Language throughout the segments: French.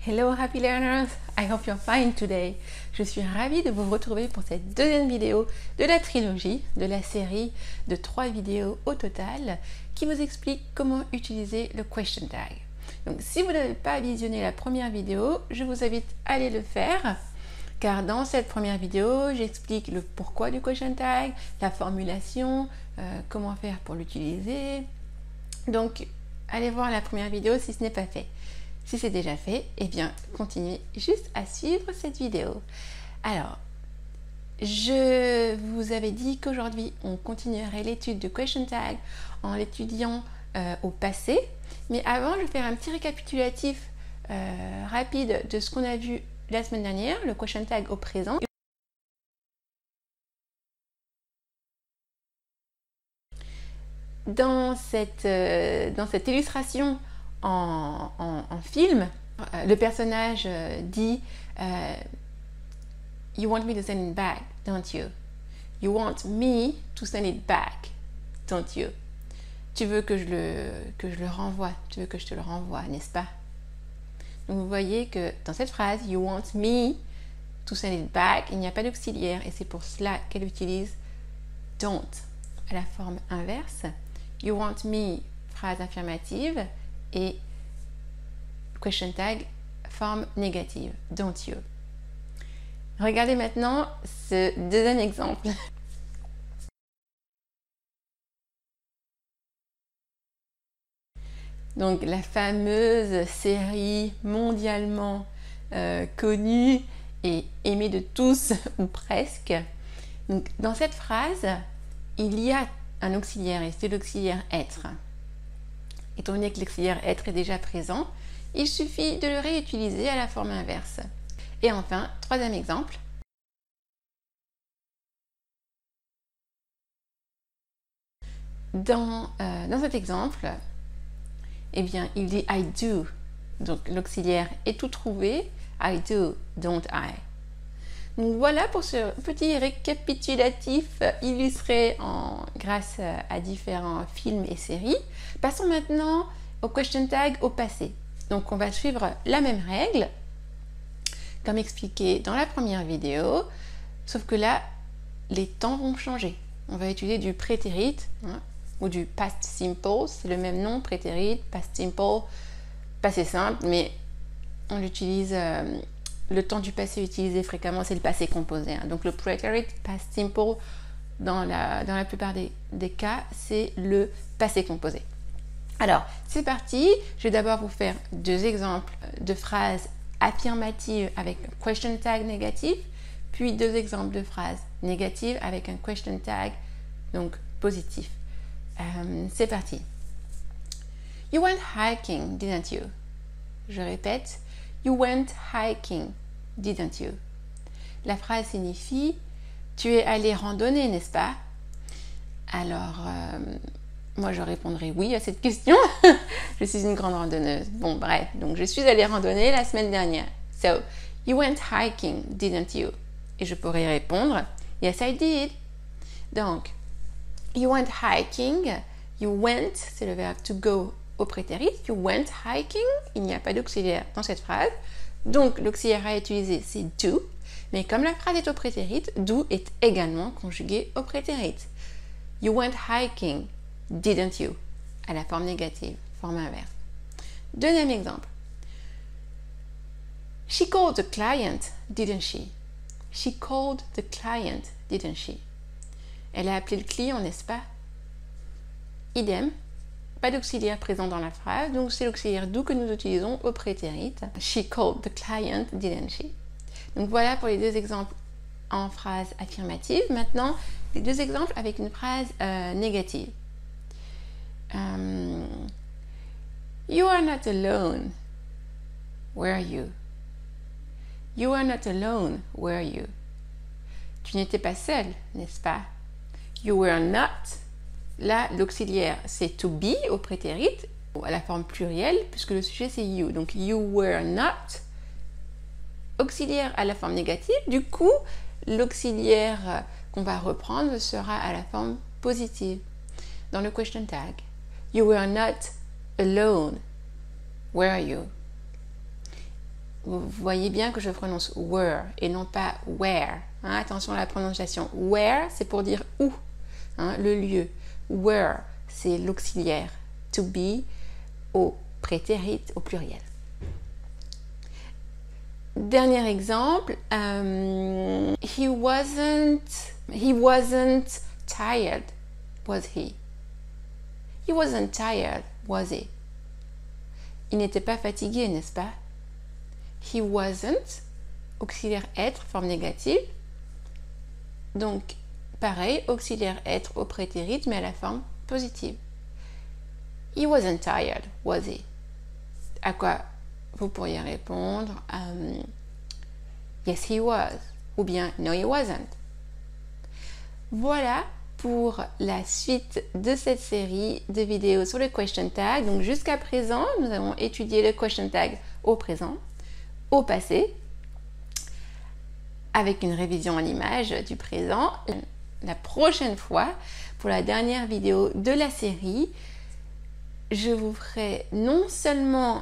Hello happy learners, I hope you're fine today. Je suis ravie de vous retrouver pour cette deuxième vidéo de la trilogie, de la série de 3 vidéos au total qui vous explique comment utiliser le question tag. Donc si vous n'avez pas visionné la première vidéo, je vous invite à aller le faire car dans cette première vidéo, j'explique le pourquoi du question tag, la formulation, comment faire pour l'utiliser. Donc allez voir la première vidéo si ce n'est pas fait. Si c'est déjà fait, eh bien, continuez juste à suivre cette vidéo. Alors, je vous avais dit qu'aujourd'hui, on continuerait l'étude du question tag en l'étudiant au passé. Mais avant, je vais faire un petit récapitulatif rapide de ce qu'on a vu la semaine dernière, le question tag au présent. Dans cette illustration en film, le personnage dit You want me to send it back, don't you? You want me to send it back, don't you? Tu veux que je le renvoie, tu veux que je te le renvoie, n'est-ce pas? Donc vous voyez que dans cette phrase, You want me to send it back, il n'y a pas d'auxiliaire et c'est pour cela qu'elle utilise don't à la forme inverse. You want me, phrase affirmative, et question tag, forme négative, don't you. Regardez maintenant ce deuxième exemple. Donc la fameuse série mondialement connue et aimée de tous, ou presque. Donc, dans cette phrase, il y a un auxiliaire et c'est l'auxiliaire être. Étant donné que l'auxiliaire être est déjà présent, il suffit de le réutiliser à la forme inverse. Et enfin, troisième exemple. Dans cet exemple, eh bien, il dit I do. Donc l'auxiliaire est tout trouvé. I do, don't I. Donc voilà pour ce petit récapitulatif illustré grâce à différents films et séries. Passons maintenant au question tag au passé. Donc on va suivre la même règle, comme expliqué dans la première vidéo, sauf que là, les temps vont changer. On va utiliser du prétérit ou du past simple, c'est le même nom, prétérit, past simple, passé simple, mais on l'utilise... le temps du passé utilisé fréquemment, c'est le passé composé. Donc le preterite, past simple, dans la plupart des cas, c'est le passé composé. Alors, c'est parti. Je vais d'abord vous faire 2 exemples de phrases affirmatives avec un question tag négatif, puis 2 exemples de phrases négatives avec un question tag, donc positif. C'est parti. You went hiking, didn't you? Je répète. You went hiking, didn't you? La phrase signifie tu es allé randonner, n'est-ce pas? Alors, moi je répondrai oui à cette question. Je suis une grande randonneuse. Bon, bref, donc je suis allée randonner la semaine dernière. So, you went hiking, didn't you? Et je pourrais répondre yes, I did. Donc, you went hiking. You went, c'est le verbe to go au prétérit, you went hiking, il n'y a pas d'auxiliaire dans cette phrase, donc l'auxiliaire à utiliser c'est do, mais comme la phrase est au prétérit, do est également conjugué au prétérit. You went hiking, didn't you? À la forme négative, forme inverse. Deuxième exemple. She called the client, didn't she? She called the client, didn't she? Elle a appelé le client, n'est-ce pas? Idem. Pas d'auxiliaire présent dans la phrase, donc c'est l'auxiliaire do que nous utilisons au prétérit. She called the client, didn't she? Donc voilà pour les 2 exemples en phrase affirmative. Maintenant, les 2 exemples avec une phrase négative. You are not alone. Where are you? You are not alone. Where are you? Tu n'étais pas seul, n'est-ce pas? You were not. Là, l'auxiliaire, c'est to be au prétérit, à la forme plurielle, puisque le sujet, c'est you. Donc, you were not. Auxiliaire à la forme négative. Du coup, l'auxiliaire qu'on va reprendre sera à la forme positive. Dans le question tag. You were not alone. Where are you? vous voyez bien que je prononce were et non pas where. Hein, attention à la prononciation. Where, c'est pour dire où, hein, le lieu. Were, c'est l'auxiliaire. To be au prétérit au pluriel. Dernier exemple. He wasn't tired, was he? He wasn't tired, was he? Il n'était pas fatigué, n'est-ce pas? He wasn't, auxiliaire être, forme négative. Donc, pareil, auxiliaire être au prétérit, mais à la forme positive. He wasn't tired, was he? À quoi vous pourriez répondre yes, he was. Ou bien no, he wasn't. Voilà pour la suite de cette série de vidéos sur le question tag. Donc jusqu'à présent, nous avons étudié le question tag au présent, au passé, avec une révision en images du présent. La prochaine fois, pour la dernière vidéo de la série, je vous ferai non seulement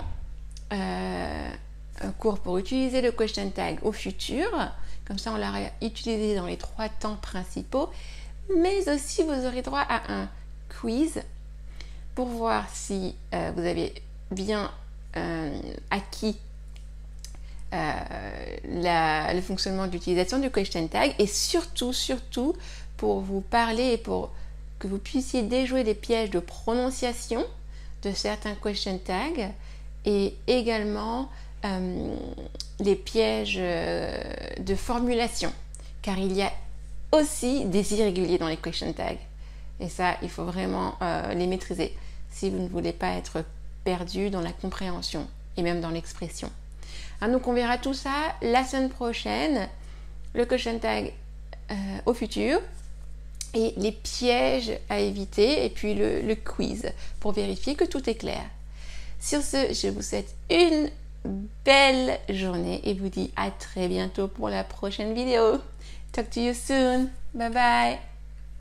un cours pour utiliser le question tag au futur, comme ça on l'aura utilisé dans les 3 temps principaux, mais aussi vous aurez droit à un quiz pour voir si vous avez bien acquis le fonctionnement d'utilisation du question tag, et surtout pour vous parler et pour que vous puissiez déjouer les pièges de prononciation de certains question tags et également les pièges de formulation, car il y a aussi des irréguliers dans les question tags, et ça il faut vraiment les maîtriser si vous ne voulez pas être perdu dans la compréhension et même dans l'expression. Donc on verra tout ça la semaine prochaine, le question tag au futur et les pièges à éviter, et puis le quiz pour vérifier que tout est clair. Sur ce, je vous souhaite une belle journée et vous dis à très bientôt pour la prochaine vidéo. Talk to you soon. Bye bye.